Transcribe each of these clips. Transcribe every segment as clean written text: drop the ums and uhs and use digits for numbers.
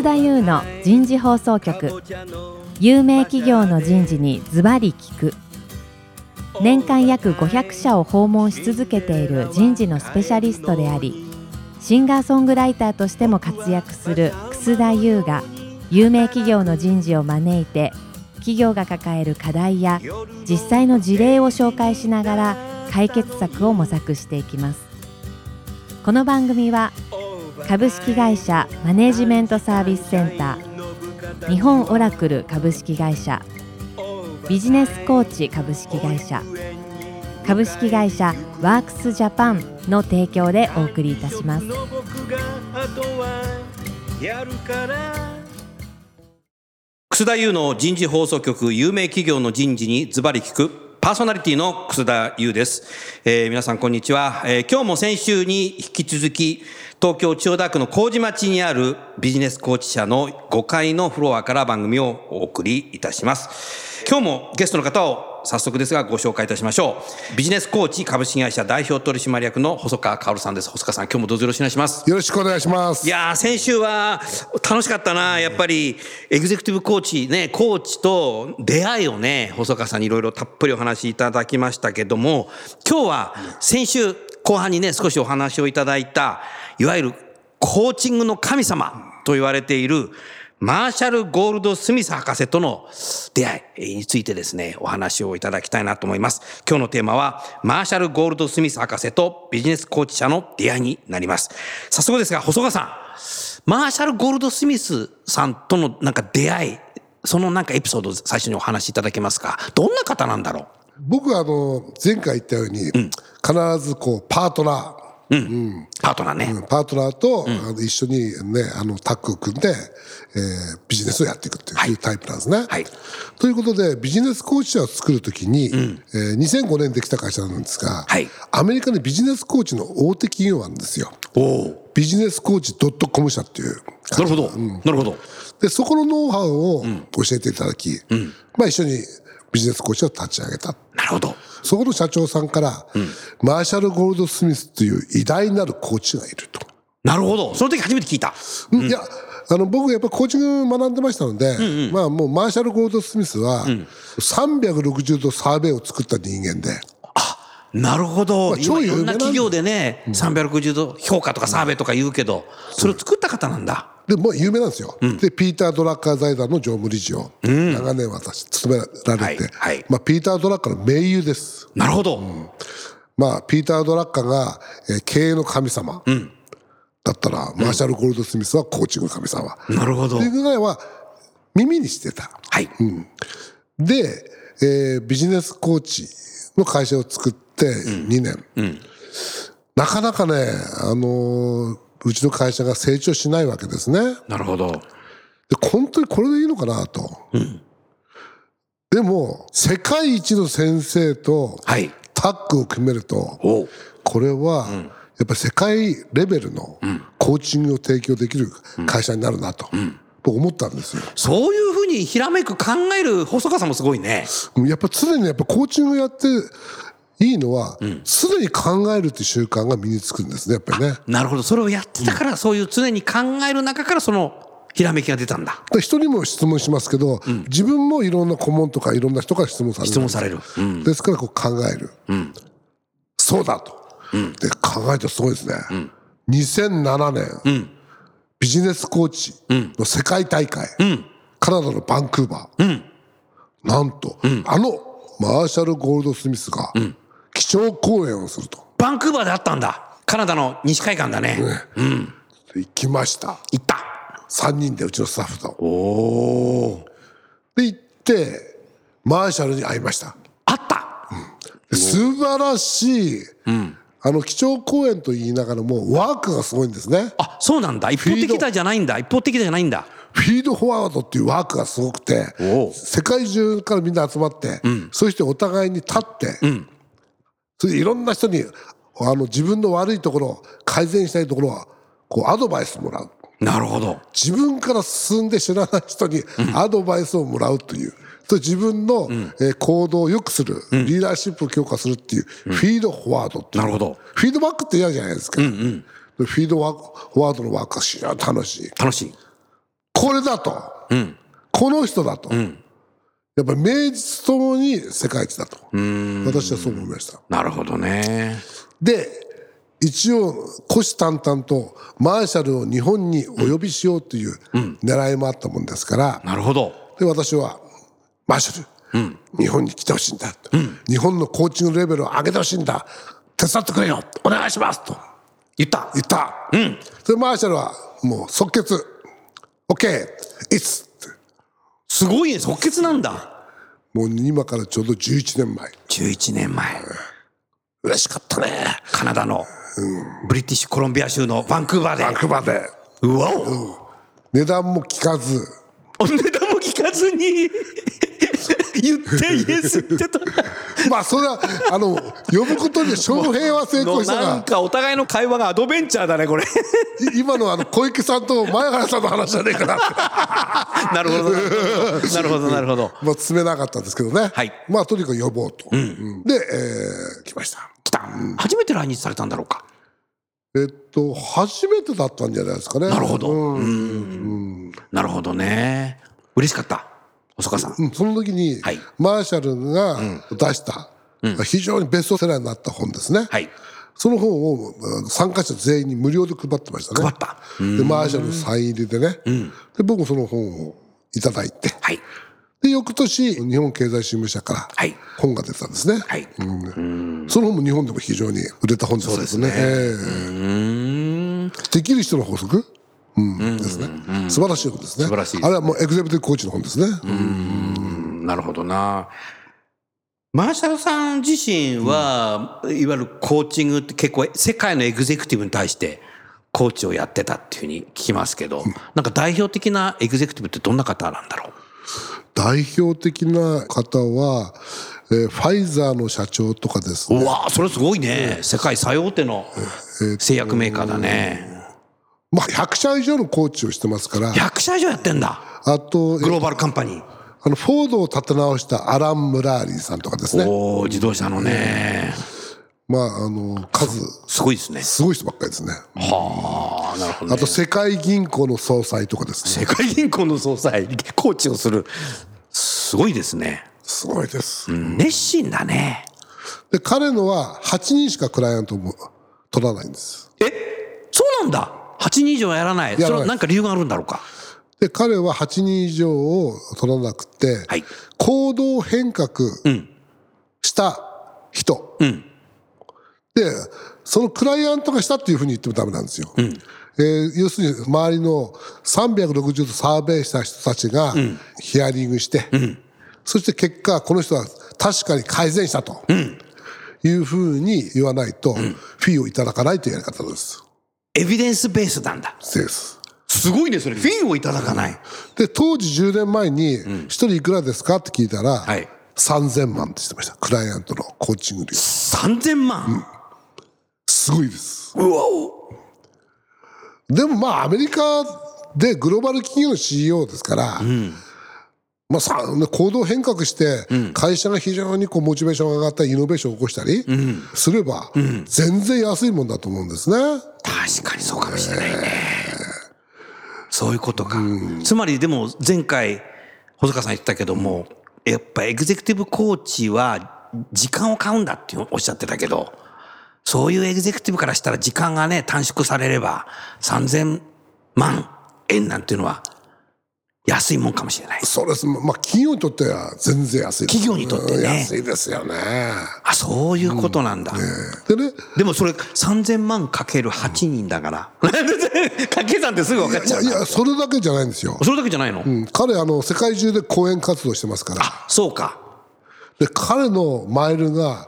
楠田優の人事放送局。有名企業の人事にズバリ聞く。年間約500社を訪問し続けている人事のスペシャリストであり、シンガーソングライターとしても活躍する楠田優が有名企業の人事を招いて、企業が抱える課題や実際の事例を紹介しながら解決策を模索していきます。この番組は株式会社マネジメントサービスセンター、日本オラクル株式会社、ビジネスコーチ株式会社、株式会社ワークスジャパンの提供でお送りいたします。 楠田優の人事放送局、有名企業の人事にズバリ聞く。パーソナリティの楠田優です。皆さんこんにちは。今日も先週に引き続き東京千代田区の麹町にあるビジネスコーチ社の5階のフロアから番組をお送りいたします。今日もゲストの方を早速ですがご紹介いたしましょう。ビジネスコーチ株式会社代表取締役の細川薫さんです。細川さん、今日もどうぞよろしくお願いします。 よろしくお願いします。 いやー、先週は楽しかったな。やっぱりエグゼクティブコーチね、コーチと出会いをね、細川さんにいろいろたっぷりお話しいただきましたけども、今日は先週後半にね、少しお話をいただいた、いわゆるコーチングの神様と言われているマーシャル・ゴールド・スミス博士との出会いについてですね、お話をいただきたいなと思います。今日のテーマはマーシャル・ゴールド・スミス博士とビジネスコーチ社の出会いになります。早速ですが、細川さん、マーシャル・ゴールド・スミスさんとのなんか出会い、そのなんかエピソードを最初にお話しいただけますか。どんな方なんだろう。 僕は前回言ったように、必ずパートナー、 パートナーね、 パートナーと、一緒にね、タッグを組んで、ビジネスをやっていくっていうタイプなんですね。ということで、ビジネスコーチ社を作るときに、2005年できた会社なんですが、アメリカにビジネスコーチの大手企業なんですよ。ビジネスコーチ .com 社っていう会社。なるほど。なるほど。で、そこのノウハウを教えていただき、一緒にビジネスコーチ社を立ち上げた。 なるほど。 そこの社長さんから、マーシャル・ゴールド・スミスという偉大なるコーチがいると。 なるほど。その時初めて聞いた。 いや、僕やっぱコーチング学んでましたので、もうマーシャル・ゴールド・スミスは、360度サーベイを作った人間で。 なるほど。いろんな企業でね、360度評価とかサーベイとか言うけど、それを作った方なんだ。 でもう有名なんですよ。で、ピーター・ドラッカー財団の常務理事を長年私務められて、ピーター・ドラッカーの盟友です。 なるほど。 ピーター・ドラッカーが経営の神様だったら、マーシャル・ゴールド・スミスはコーチングの神様。 なるほど。 というぐらいは耳にしてた。で、ビジネスコーチの会社を作って2年。なかなかね、うちの会社が成長しないわけですね。 なるほど。 で、本当にこれでいいのかなと。でも、世界一の先生とタッグを組めると、これは、やっぱり世界レベルのコーチングを提供できる会社になるなと、僕思ったんですよ。 そういうふうにひらめく考える細川さんもすごいね。 やっぱ常にコーチングやっていいのは、常に考えるっていう習慣が身につくんですね、やっぱりね。 なるほど。それをやってたから、そういう常に考える中からそのひらめきが出たんだ。 人にも質問しますけど、自分もいろんな顧問とかいろんな人から質問される。ですから考える。そうだと。で、考えてすごいですね。2007年、ビジネスコーチの世界大会、カナダのバンクーバー。なんと、マーシャル・ゴールド・スミスが、基調講演をすると。 バンクーバーであったんだ。カナダの西海岸だね。 行きました。 行った。 3人でうちのスタッフと。で行ってマーシャルに会いました。 会った。 素晴らしい。基調講演と言いながらもワークがすごいんですね。 そうなんだ。一方的じゃないんだ。一方的じゃないんだ。 フィードフォワードっていうワークがすごくて、世界中からみんな集まって、そしてお互いに立って、それでいろんな人に自分の悪いところ、改善したいところはアドバイスもらう。 なるほど。 自分から進んで知らない人にアドバイスをもらうという、自分の行動を良くする、リーダーシップを強化するっていうフィードフォワードっていう。 なるほど。 フィードバックって嫌じゃないですか。フィードフォワードのワークが非常に楽しい。 楽しい。 これだと、この人だと、やっぱり名実ともに世界一だと、私はそう思いました。 なるほどね。 で一応虎視眈々とマーシャルを日本にお呼びしようという狙いもあったもんですから、 なるほど。 で私はマーシャル、日本に来てほしいんだ、日本のコーチングレベルを上げてほしいんだ、手伝ってくれよ、お願いしますと言った。 でマーシャルはもう即決 OK いつってすごいね、即決なんだ。 もう今からちょうど11年前。 11年前。 嬉しかったね。 カナダのブリティッシュコロンビア州のバンクーバーで。 バンクーバーで。 うわお、 値段も聞かず。 値段も聞かずに言ってイエスってた。 まあそれは呼ぶことで翔平は成功したが、 なんかお互いの会話がアドベンチャーだねこれ。 今の小池さんと前原さんの話じゃねえかなって。 なるほどなるほどなるほど。 まあ詰めなかったんですけどね、 はい、 まあとにかく呼ぼうと、で、来ました。 来た、初めて来日されたんだろうか。 初めてだったんじゃないですかね。 なるほど、なるほどね。嬉しかった細川さん、 その時に、マーシャルが出した、非常にベストセラーになった本ですね、その本を参加者全員に無料で配ってましたね。 配った。 でマーシャルのサイン入りでね、で僕もその本をいただいて、で翌年日本経済新聞社から本が出たんですね、その本も日本でも非常に売れた本ですね。できる人の法則ですね。素晴らしい本ですね。 素晴らしい。 あれはもうエグゼクティブコーチの本ですね。 なるほどな。マーシャルさん自身は、いわゆるコーチングって結構世界のエグゼクティブに対してコーチをやってたっていうふうに聞きますけど、なんか代表的なエグゼクティブってどんな方なんだろう。 代表的な方は、ファイザーの社長とかですね。 うわ、それすごいね。世界最大手の製薬メーカーだね。 まあ100社以上のコーチをしてますから。 100社以上やってんだ。 あとグローバルカンパニー。 フォードを立て直したアラン・ムラーリーさんとかですね。 おー、自動車のね。 まあ数すごいですね。 すごい人ばっかりですね。 はあ、なるほどね。 あと世界銀行の総裁とかですね。 世界銀行の総裁コーチをする、すごいですね。 すごいです、 熱心だね。 で彼のは8人しかクライアントも取らないんです。 そうなんだ。8人以上はやらない。それは何か理由があるんだろうか。で彼は8人以上を取らなくて、行動変革した人、でそのクライアントがしたっていうふうに言ってもダメなんですよ。要するに周りの360度サーベイした人たちがヒアリングして、そして結果この人は確かに改善したというふうに言わないとフィーをいただかないというやり方です。 エビデンスベースなんだ。すごいねそれ。フィーをいただかない。 で当時10年前に1人いくらですかって聞いたら、3000万って言ってました。クライアントのコーチング料。 3000万、 すごいです。 うわお。 でもまあアメリカでグローバル企業の CEO ですから、まあ、行動変革して会社が非常にモチベーションが上がったりイノベーションを起こしたりすれば全然安いもんだと思うんですね。 確かにそうかもしれないね。そういうことか。つまりでも前回細川さん言ってたけども、やっぱエグゼクティブコーチは時間を買うんだっておっしゃってたけど、そういうエグゼクティブからしたら時間がね短縮されれば3000万円なんていうのは安いもんかもしれない。 そうです。まあ企業にとっては全然安いです。 企業にとってね。 安いですよね。 あ、そういうことなんだ。 でね。 でもそれ3000万かける8人だから。掛け算ってすぐ分かっちゃう。 いやそれだけじゃないんですよ。 それだけじゃないの？ 彼世界中で講演活動してますから。 あ、そうか。 で彼のマイルが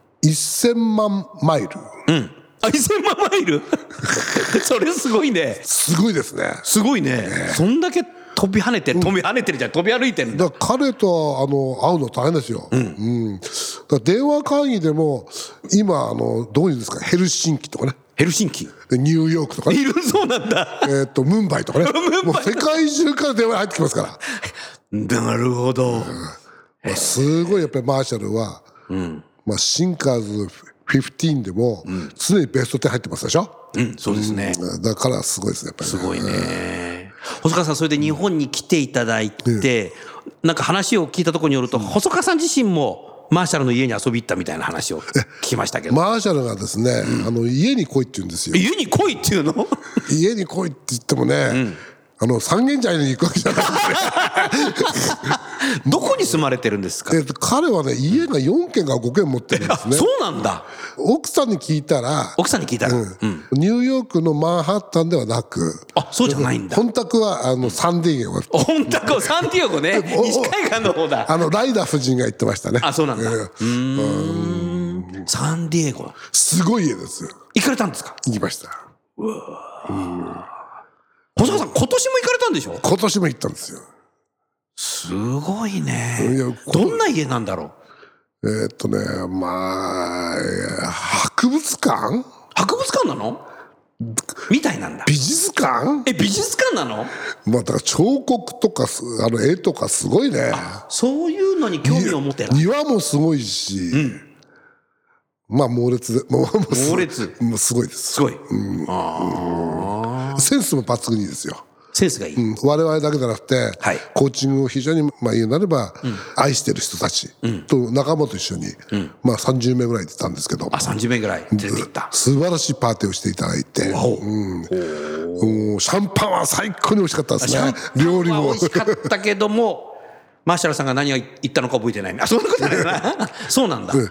1000万マイル。 あ、1000万マイルそれすごいね。 すごいですね。 すごいね。そんだけ飛び跳ねてるじゃん、飛び歩いてるんだ。 だから彼と会うの大変ですよ。だから電話会議でも今どういうんですか、ヘルシンキとかね。 ヘルシンキ、 ニューヨークとかね。 そうなんだ。 ムンバイとかね。もう世界中から電話入ってきますから。 なるほど。 すごいやっぱりマーシャルは、まあシンカーズ15でも常にベスト10入ってますでしょ。 そうですね。 だからすごいですねやっぱりね。 すごいね。 細川さん、それで日本に来ていただいて、なんか話を聞いたところによると、細川さん自身もマーシャルの家に遊び行ったみたいな話を聞きましたけど。 マーシャルがですね、家に来いって言うんですよ。 家に来いっていうの？ 家に来いって言ってもね、三軒茶屋に行くわけじゃないんですね。 どこに住まれてるんですか？ 彼はね、家が4軒か5軒持ってるんですね。 そうなんだ。 奥さんに聞いたら、 ニューヨークのマンハッタンではなく、 そうじゃないんだ。 本宅はサンディエゴ。 本宅はサンディエゴね。西海岸の方だ。 ライダー夫人が言ってましたね。 そうなんだ。サンディエゴ。 すごい家ですよ。 行かれたんですか？ 行きました。 細川さん、今年も行かれたんでしょ？ 今年も行ったんですよ。 すごいね。どんな家なんだろう？ 博物館？ 博物館なの？みたいなんだ。 美術館？ 美術館なの？ だから彫刻とか絵とかすごいね。 そういうのに興味を持てる。 庭もすごいし、猛烈で、もうすごいです。 すごい。 センスも抜群にいいですよ。 センスがいい。 我々だけじゃなくて、コーチングを非常に言うなれば愛してる人たちと仲間と一緒に30名ぐらい出たんですけど、 30名ぐらい出ていった。 素晴らしいパーティーをしていただいて、シャンパンは最高に美味しかったですね。料理も美味しかったけども、マーシャルさんが何を言ったのか覚えてない。そんなことないな。そうなんだ。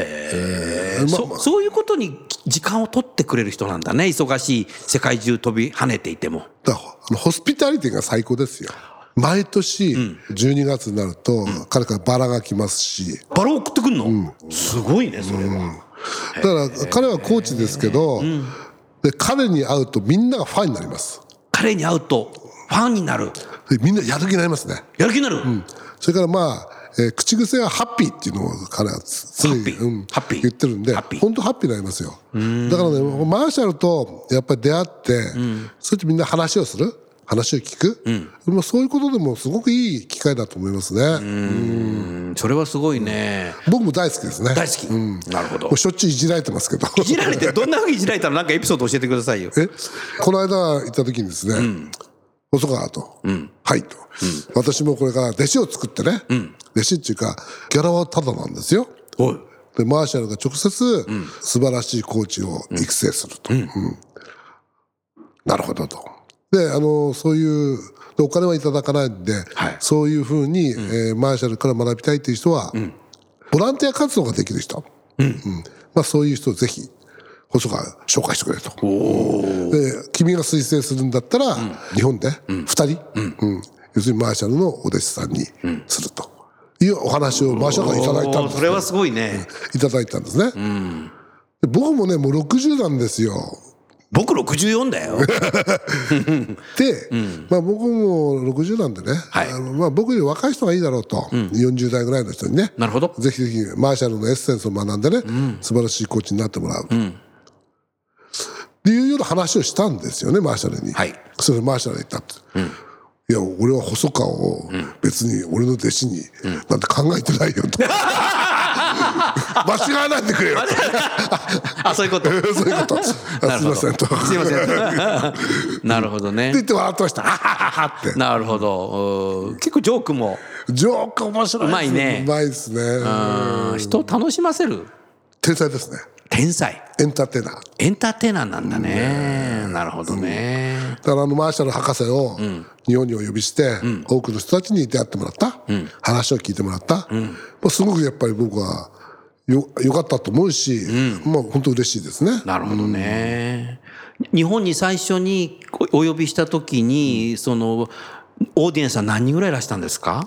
そういうことに時間を取ってくれる人なんだね。忙しい世界中飛び跳ねていても。 ホスピタリティが最高ですよ。毎年12月になると彼からバラが来ますし。 バラ送ってくんの？すごいね、それは。 だから彼はコーチですけど、彼に会うとみんながファンになります。 彼に会うとファンになる。 みんなやる気になりますね。 やる気になる。 それから口癖はハッピーっていうのを彼は常に言ってるんで、本当ハッピーになりますよ。だからね、マーシャルとやっぱり出会って、そうやってみんな話をする、話を聞く、そういうことでもすごくいい機会だと思いますね。 それはすごいね。 僕も大好きですね。 大好き。なるほど。 しょっちゅういじられてますけど。 いじられて、どんなふうにいじられたの？なんかエピソード教えてくださいよ。 この間行った時にですね、細川と、はいと、私もこれから弟子を作ってね、弟子っていうかギャラはタダなんですよ。でマーシャルが直接素晴らしいコーチを育成すると。なるほどと。でそういうお金はいただかないんで、そういうふうにマーシャルから学びたいという人はボランティア活動ができる人、そういう人をぜひ細川紹介してくれと。で君が推薦するんだったら、日本で2人、要するにマーシャルのお弟子さんにするというお話をマーシャルからいただいたんです。 それはすごいね。 いただいたんですね。で僕もねもう60なんですよ。 僕64だよ。 で、僕も60なんでね、僕より若い人がいいだろうと、40代ぐらいの人にね、 なるほど。 ぜひぜひマーシャルのエッセンスを学んでね、素晴らしいコーチになってもらうと。っていうような話をしたんですよね、マーシャルに。それでマーシャルが言ったって。いや、俺は細川を別に俺の弟子になんて考えてないよと。間違わないでくれよ。 そういうこと。 そういうこと。すいませんと。 すいません。なるほどね。 って言って笑ってました。って。 なるほど。結構ジョークも。 ジョーク面白い。 うまいね。 うまいですね。 人を楽しませる。 天才ですね。 天才。 エンターテイナー。 エンターテイナーなんだね。なるほどね。 だからマーシャル博士を日本にお呼びして、多くの人たちに出会ってもらった、話を聞いてもらった、すごくやっぱり僕はよかったと思うし、本当嬉しいですね。 なるほどね。日本に最初にお呼びした時に、そのオーディエンスは何人ぐらいいらしたんですか？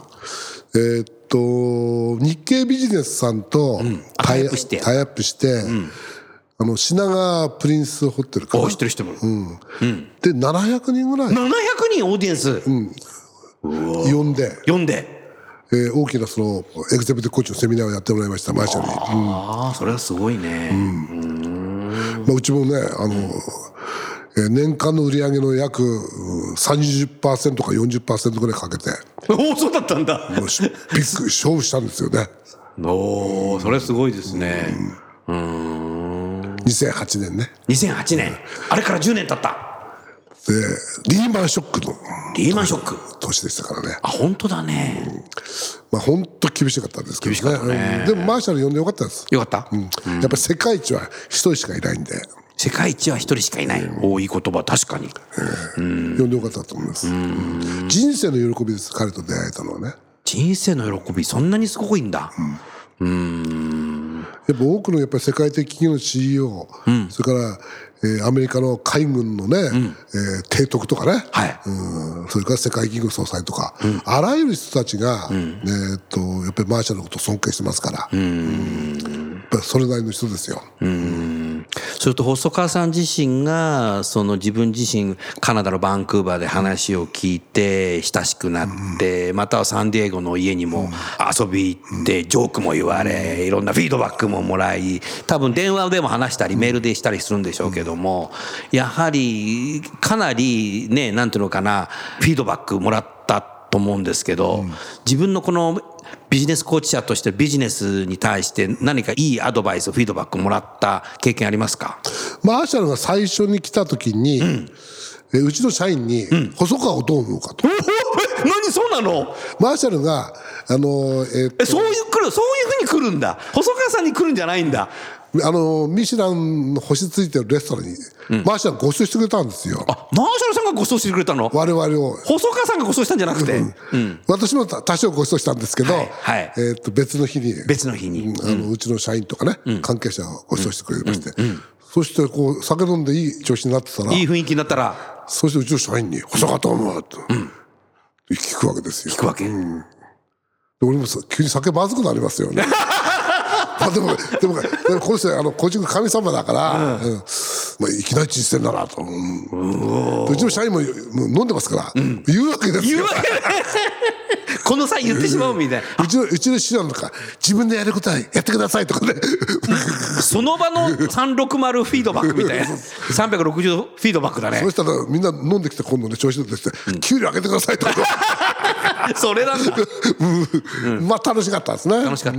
日系ビジネスさんとタイアップして、品川プリンスホテルかな。 知ってる人も。 で700人ぐらい。 700人オーディエンス。 呼んで。大きなそのエグゼクティブコーチのセミナーをやってもらいました、マーシャルに。 それはすごいね。 うちもね年間の売り上げの約 30% か 40% ぐらいかけて。 そうだったんだ。 びっくり勝負したんですよね。 それはすごいですね。 2008年ね。 2008年。あれから10年経った。 リーマンショックのリーマンショック年でしたからね。 あ、本当だね。 本当厳しかったですけど厳しかったね。 でもマーシャル呼んでよかったです。 よかった。 やっぱり世界一は一人しかいないんで。 世界一は一人しかいない。いい言葉、確かに。 呼んでよかったと思います。人生の喜びです、彼と出会えたのはね。 人生の喜び、そんなにすごいんだ。 やっぱ多くのやっぱり世界的企業の CEO、それからアメリカの海軍のね、提督とかね、それから世界企業総裁とか、あらゆる人たちが、やっぱりマーシャルのことを尊敬してますから、やっぱりそれなりの人ですよ。 それと細川さん自身がその自分自身カナダのバンクーバーで話を聞いて親しくなって、またはサンディエゴの家にも遊び行ってジョークも言われ、いろんなフィードバックももらい、多分電話でも話したりメールでしたりするんでしょうけども、やはりかなりね、なんていうのかな、フィードバックもらったと思うんですけど、自分のこのビジネスコーチ者としてビジネスに対して何かいいアドバイス、フィードバックもらった経験ありますか？ マーシャルが最初に来た時に、うちの社員に細川をどう思うかと。 何、そうなの？ マーシャルがそういうふうに来るんだ。細川さんに来るんじゃないんだ。 ミシュランの星ついてるレストランに、マーシャルがご馳走してくれたんですよ。 あ、マーシャルさんがご馳走してくれたの？ 我々を。 細川さんがご馳走したんじゃなくて、 私も多少ご馳走したんですけど、別の日にうちの社員とかね、関係者がご馳走してくれまして、そしてこう酒飲んでいい調子になってたら、 いい雰囲気になったら、 そしてうちの社員に細川と思うと聞くわけですよ。 聞くわけ。 俺も急に酒まずくなりますよね。でもこの人こっちが神様だから、いきなり人生だなと。うちの社員も飲んでますから、言うわけですよ。 この際言ってしまうみたいな。 うちの師匠とか自分でやることはやってくださいとかね。 その場の360フィードバックみたいな。360フィードバックだね。 そうしたらみんな飲んできて今度ね調子乗ってきて給料上げてくださいとか。 それなんだ。 まあ楽しかったですね。 楽しかった。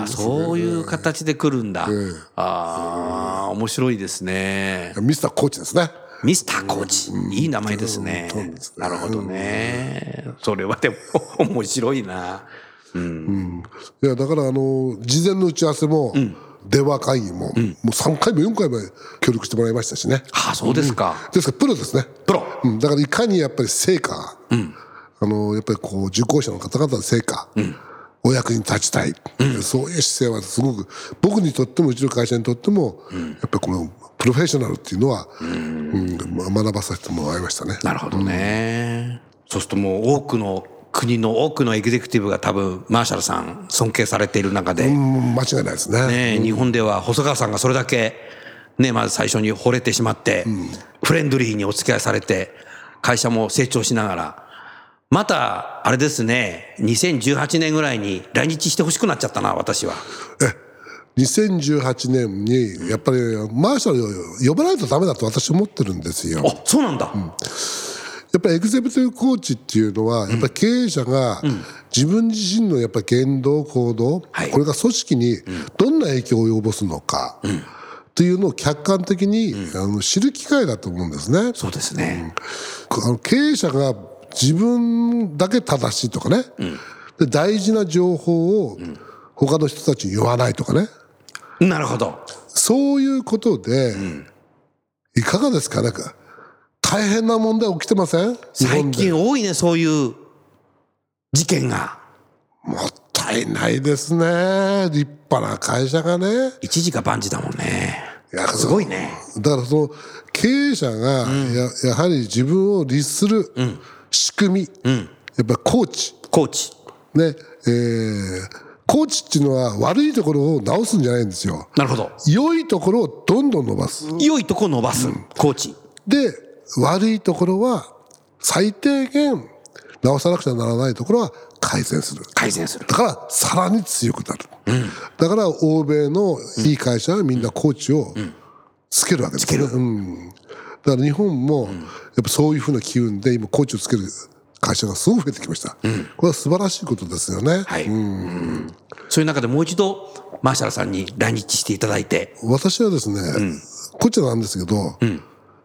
そういう形で来るんだ。面白いですね。 ミスターコーチですね。 ミスターコーチ、いい名前ですね。なるほどね。それはでも面白いな。 いやだから事前の打ち合わせも、電話会議も、もう3回も4回も協力してもらいましたしね。 ああ、そうですか。 ですからプロですね。 プロ。 だからいかにやっぱり成果、やっぱりこう受講者の方々の成果、お役に立ちたい、そういう姿勢はすごく僕にとってもうちの会社にとっても、やっぱりこのプロフェッショナルっていうのは、学ばさせてもらいましたね。 なるほどね。そうするともう多くの国の多くのエグゼクティブが多分マーシャルさん尊敬されている中で、 間違いないですね。 日本では細川さんがそれだけね、まず最初に惚れてしまって、フレンドリーにお付き合いされて会社も成長しながら、またあれですね、2018年ぐらいに来日してほしくなっちゃったな、私は。 2018年にやっぱりマーシャルを呼ばないとダメだと私は思ってるんですよ。 あ、そうなんだ。 やっぱりエグゼクティブコーチっていうのは、やっぱり経営者が自分自身のやっぱり言動行動、これが組織にどんな影響を及ぼすのかっていうのを客観的に知る機会だと思うんですね。 そうですね。 経営者が自分だけ正しいとかね、で大事な情報を他の人たちに言わないとかね。 なるほど。 そういうことで、いかがですか？なんか大変な問題起きてません？ 最近多いね、そういう事件が。 もったいないですね。立派な会社がね。 一時が万事だもんね。すごいね。 だからその経営者がやはり自分を律する仕組み、やっぱりコーチね、コーチっていうのは悪いところを直すんじゃないんですよ。 なるほど。 良いところをどんどん伸ばす。 良いところを伸ばす、コーチで、悪いところは最低限直さなくちゃならないところは改善する。だからさらに強くなる。だから欧米のいい会社はみんなコーチをつけるわけですね。だから日本もやっぱそういうふうな機運で今コーチをつける会社がすごく増えてきました。これは素晴らしいことですよね。 そういう中でもう一度マーシャルさんに来日していただいて。 私はですね、こっちなんですけど、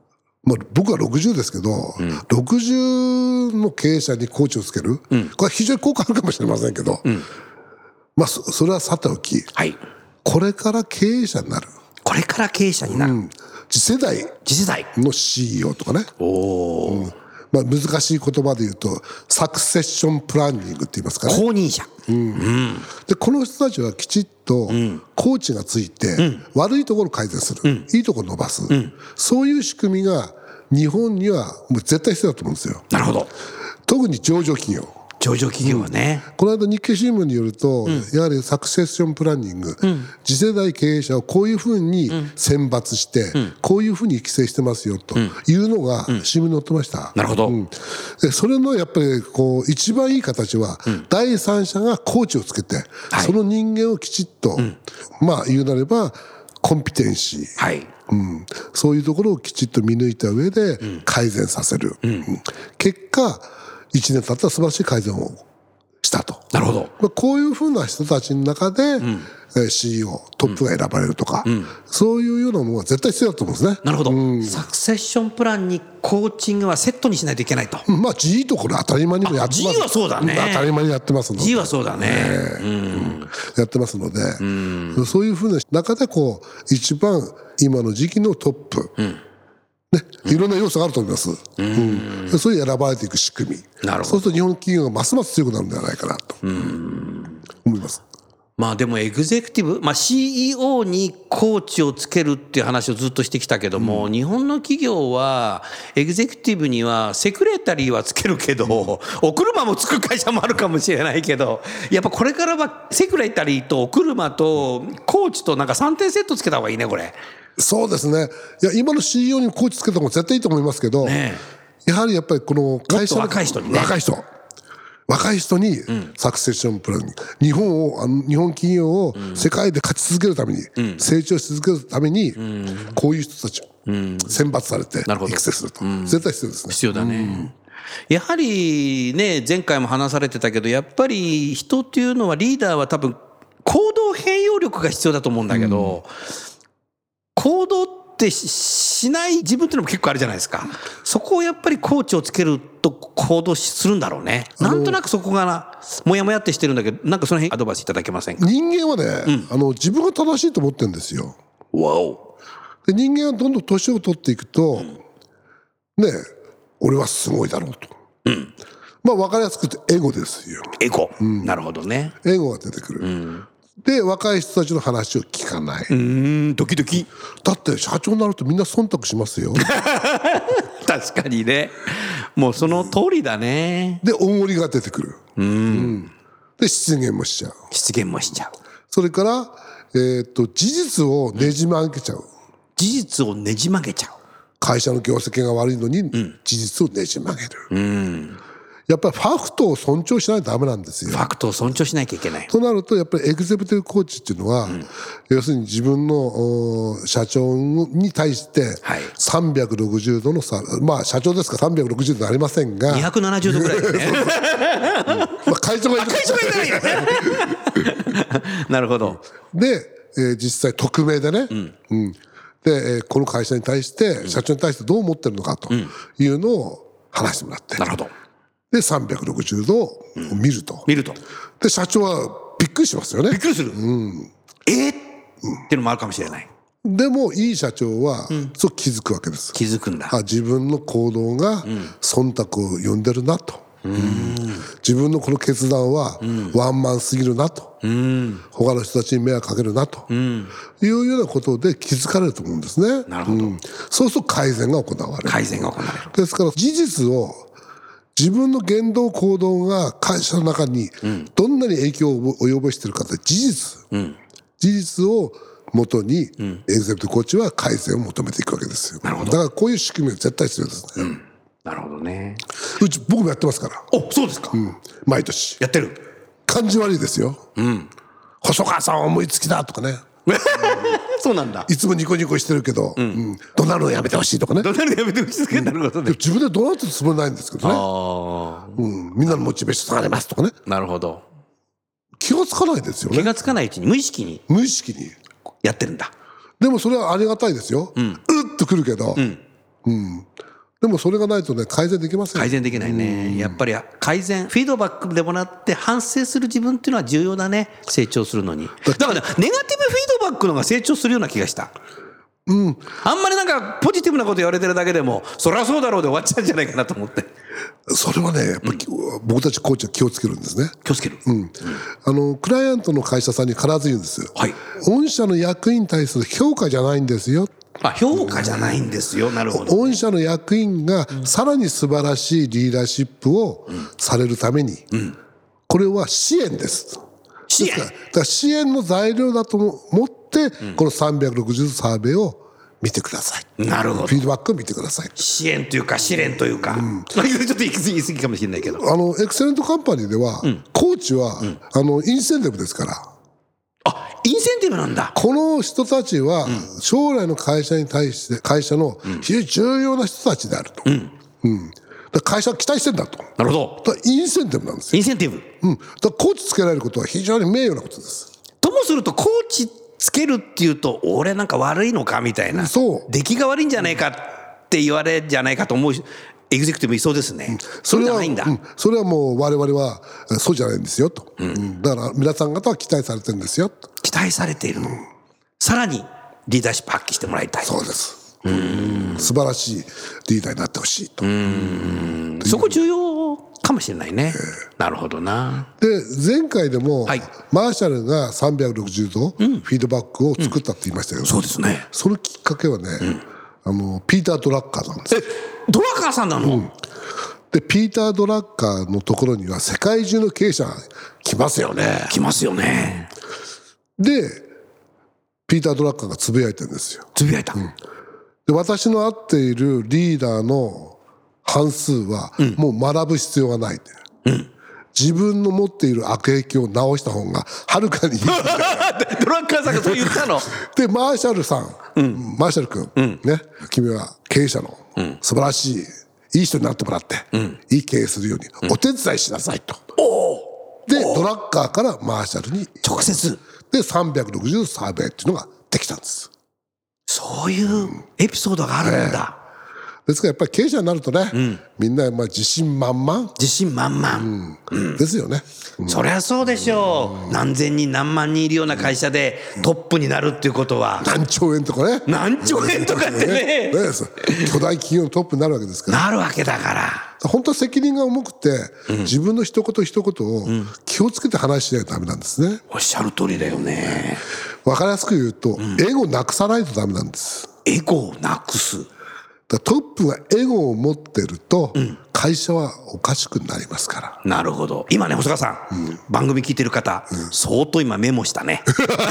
まあ、僕は60ですけど、60の経営者にコーチをつける、これは非常に効果あるかもしれませんけど、まあ、それはさておき、 はい、 これから経営者になる。 これから経営者になる。 次世代の CEO とかね。まあ、難しい言葉で言うと、サクセッションプランニングって言いますかね。 後任者。 で、この人たちはきちっとコーチがついて、悪いところを改善する、いいところを伸ばす、そういう仕組みが日本にはもう絶対必要だと思うんですよ。 なるほど。 特に上場企業。 上場企業はね、 この間日経新聞によると、やはりサクセッションプランニング、次世代経営者をこういうふうに選抜して、こういうふうに育成してますよというのが新聞に載ってました。 なるほど。 でそれのやっぱりこう一番いい形は、第三者がコーチをつけて、その人間をきちっと、まあ言うなればコンピテンシー、そういうところをきちっと見抜いた上で改善させる、結果1年経ったら素晴らしい改善をしたと。 なるほど。 まあ、こういうふうな人たちの中で、CEO トップが選ばれるとか、そういうようなものが絶対必要だと思うんですね。 なるほど。サクセッションプランにコーチングはセットにしないといけないと。 まあ G とこれ当たり前にもやってます。 G はそうだね。 当たり前にやってますので。 G はそうだね。 やってますので、そういうふうな中でこう一番今の時期のトップ、ね、いろんな要素があると思います。そういう選ばれていく仕組み。 なるほど。 そうすると日本企業がますます強くなるんではないかなと思います。 まあでもエグゼクティブ、まあ、CEO にコーチをつけるっていう話をずっとしてきたけども、日本の企業はエグゼクティブにはセクレタリーはつけるけど、お車もつく会社もあるかもしれないけど、やっぱこれからはセクレタリーとお車とコーチとなんか3点セットつけた方がいいね、これ。 そうですね。いや今の CEO にコーチつけた方が絶対いいと思いますけど、やはりやっぱりこの会社の若い人にね。 若い人にサクセッションプランニング、日本企業を世界で勝ち続けるために、成長し続けるために、こういう人たちを選抜されて育成すると、絶対必要ですね。 必要だね。やはりね、前回も話されてたけど、やっぱり人っていうのは、リーダーは多分行動変容力が必要だと思うんだけど、行動ってしない自分っていうのも結構あるじゃないですか。そこをやっぱりコーチをつけると行動するんだろうね。なんとなくそこがもやもやってしてるんだけど、なんかその辺アドバイスいただけませんか。 人間はね、自分が正しいと思ってるんですよ。で人間はどんどん年を取っていくと、ね、俺はすごいだろうと。まあ分かりやすくてエゴですよ。 エゴ、なるほどね。 エゴが出てくる。で若い人たちの話を聞かない。 ドキドキ。 だって社長になるとみんな忖度しますよ。 確かにね。もうその通りだね。 でおごりが出てくる。で失言もしちゃう。それから事実をねじ曲げちゃう。会社の業績が悪いのに事実をねじ曲げる。やっぱりファクトを尊重しないとダメなんですよ。 ファクトを尊重しなきゃいけない。 となるとやっぱりエグゼクティブコーチっていうのは、要するに自分の社長に対して360度の差、まあ社長ですから360度ありませんが 270度ぐらいですね。 まあ会長がいる。 なるほど。 で、実際匿名でね、でこの会社に対して社長に対してどう思ってるのかというのを話してもらって。 なるほど。 で360度を見ると。で社長はびっくりしますよね。 びっくりする。っていうのもあるかもしれない。 でもいい社長はそう気づくわけです。 気づくんだ。 自分の行動が忖度を呼んでるなと。自分のこの決断はワンマンすぎるなと。他の人たちに迷惑かけるなというようなことで気づかれると思うんですね。 なるほど。 そうすると改善が行われる。ですから事実を自分の言動行動が会社の中にどんなに影響を及ぼしているかという事実をもとにエグゼクティブコーチは改善を求めていくわけですよ。だからこういう仕組みは絶対必要ですね。 なるほどね。 僕もやってますから。 そうですか。 毎年やってる。 感じ悪いですよ。細川さんは思いつきだとかね。 そうなんだ。 いつもニコニコしてるけど、怒鳴るのやめてほしいとかね。 なるほどね。 自分で怒鳴ってつもりないんですけどね。みんなのモチベーション下がりますとかね。 なるほど。 気がつかないですよね。 気がつかないうちに無意識にやってるんだ。 でもそれはありがたいですよ。うっとくるけど、 でもそれがないとね、改善できません。 改善できないね。やっぱり改善、フィードバックでもらって反省する自分っていうのは重要だね。成長するのに。だから、ネガティブフィードバックの方が成長するような気がした。あんまりなんかポジティブなこと言われてるだけでも、そりゃそうだろうで終わっちゃうんじゃないかなと思って。 それはね、やっぱり、僕たちコーチは気をつけるんですね。 気をつける。 クライアントの会社さんに必ず言うんですよ。 はい。 御社の役員に対する評価じゃないんですよ。 評価じゃないんですよ。なるほど。 御社の役員がさらに素晴らしいリーダーシップをされるために、これは支援です。 支援。 だから支援の材料だと思って、この360サーベイを見てください。 なるほど。 フィードバックを見てください。 支援というか試練というか、ちょっと言い過ぎかもしれないけど。 エクセレントカンパニーでは、コーチは、インセンティブですから。 インセンティブなんだ。 この人たちは、将来の会社に対して、会社の非常に重要な人たちであると。だから会社は期待してるんだと。 なるほど。 だからインセンティブなんですよ。 インセンティブ。 だからコーチつけられることは非常に名誉なことです。 ともすると、コーチつけるっていうと、俺なんか悪いのかみたいな。 そう。 出来が悪いんじゃないかって言われるんじゃないかと思うエグゼクティブいそうですね。それじゃないんだ。 それはもう我々はそうじゃないんですよと。だから皆さん方は期待されてるんですよと。 期待されているの。さらにリーダーシップ発揮してもらいたい。 そうです。素晴らしいリーダーになってほしいと。 そこ重要かもしれないね。なるほどな。 で、前回でも、 はい、 マーシャルが360度フィードバックを作ったって言いましたけど、 そうですね。 そのきっかけはね、ピーター・ドラッカーなんです。 ドラッカーさんなの？ で、ピーター・ドラッカーのところには世界中の経営者が来ますよね。 来ますよね。 で、ピーター・ドラッカーがつぶやいてるんですよ。 つぶやいた。 で、私の会っているリーダーの半数は、もう学ぶ必要がない。自分の持っている悪影響を直した方がはるかにいい。ドラッカーさんがそう言ったの？ で、マーシャルさん、マーシャル君、ね、君は経営者の素晴らしい、いい人になってもらって、いい経営するようにお手伝いしなさいと。で、ドラッカーからマーシャルに直接。 で、360サーベイっていうのができたんです。 そういうエピソードがあるんだ。 ですからやっぱり経営者になるとね、みんな自信満々。 自信満々。 ですよね。 そりゃそうでしょう。何千人何万人いるような会社でトップになるっていうことは。 何兆円とかね。 何兆円とかってね。 巨大企業のトップになるわけですから。 なるわけだから。 本当は責任が重くて、自分の一言一言を気をつけて話しないとダメなんですね。 おっしゃる通りだよね。 わかりやすく言うと、エゴをなくさないとダメなんです。 エゴをなくす。 トップがエゴを持ってると、会社はおかしくなりますから。 なるほど。今ね、細川さん、番組聞いてる方、相当今メモしたね。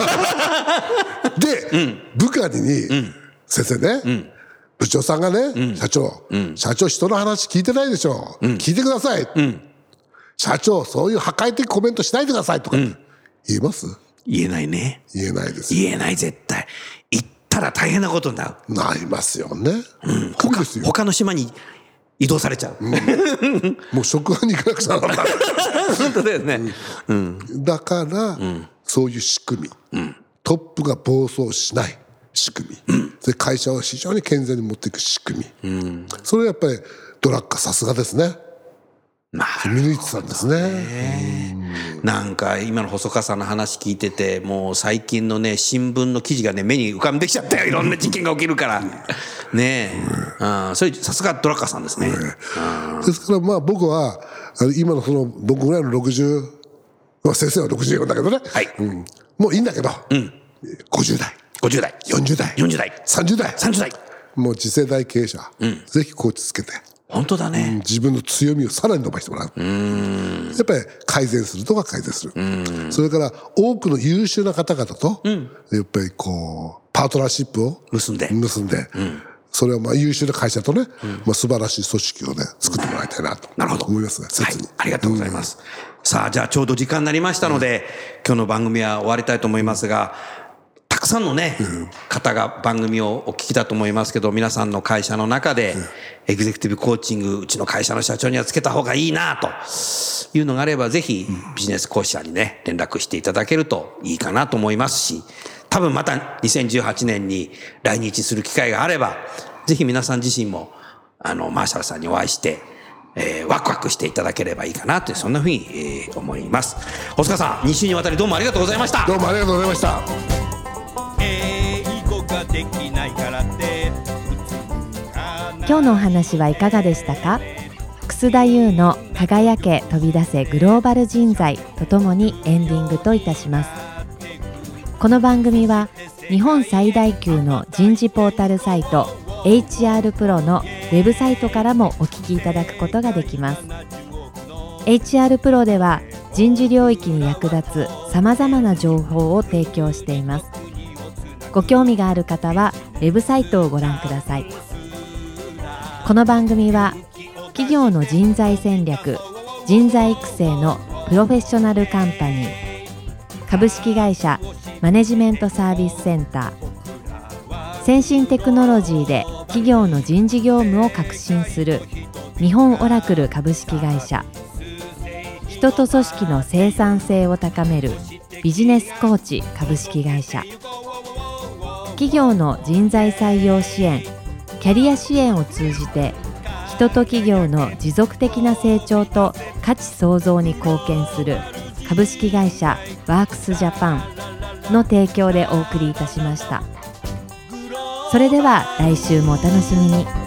で、部下に、先生ね、部長さんがね、社長人の話聞いてないでしょ。聞いてください。社長、そういう破壊的コメントしないでくださいとか、言えます？ 言えないね。 言えないです。 言えない、絶対。言ったら大変なことになる。 なりますよね。 他の島に移動されちゃう。 もう職場に行かなくちゃならない。 本当だよね。 だから、そういう仕組み、トップが暴走しない仕組み、で会社を非常に健全に持っていく仕組み、それはやっぱりドラッカーさすがですね。見抜いてたんですね。 なんか今の細川さんの話聞いてて、もう最近のね新聞の記事がね目に浮かんできちゃったよ。いろんな事件が起きるからねえ、それさすがドラッカーさんですね。 ですからまあ僕は今のその僕ぐらいの60、先生は64だけどね、もういいんだけど、50代40代40代30代もう次世代経営者、ぜひコーチつけて。 本当だね、 自分の強みをさらに伸ばしてもらう。やっぱり改善するとか改善する。それから多くの優秀な方々と、やっぱりこうパートナーシップを結んで、それはまあ優秀な会社とね、素晴らしい組織をね作ってもらいたいなと思いますね。 ありがとうございます。さあじゃあちょうど時間になりましたので、今日の番組は終わりたいと思いますが、たくさんのね、方が番組をお聞きだと思いますけど、皆さんの会社の中で、エグゼクティブコーチング、うちの会社の社長にはつけた方がいいなというのがあれば、ぜひビジネス講師社にね、連絡していただけるといいかなと思いますし、多分また2018年に来日する機会があれば、 ぜひ皆さん自身もマーシャルさんにお会いして、ワクワクしていただければいいかなというそんなふうに、思います。細川さん、2週にわたりどうもありがとうございました。 どうもありがとうございました。 今日のお話はいかがでしたか？楠田優の輝け飛び出せグローバル人材とともにエンディングといたします。この番組は日本最大級の人事ポータルサイト HR プロのウェブサイトからもお聞きいただくことができます。 HR プロでは人事領域に役立つさまざまな情報を提供しています。ご興味がある方はウェブサイトをご覧ください。この番組は企業の人材戦略、人材育成のプロフェッショナルカンパニー、株式会社マネジメントサービスセンター、先進テクノロジーで企業の人事業務を革新する日本オラクル株式会社、人と組織の生産性を高めるビジネスコーチ株式会社、企業の人材採用支援、キャリア支援を通じて人と企業の持続的な成長と価値創造に貢献する株式会社ワークスジャパンの提供でお送りいたしました。それでは来週もお楽しみに。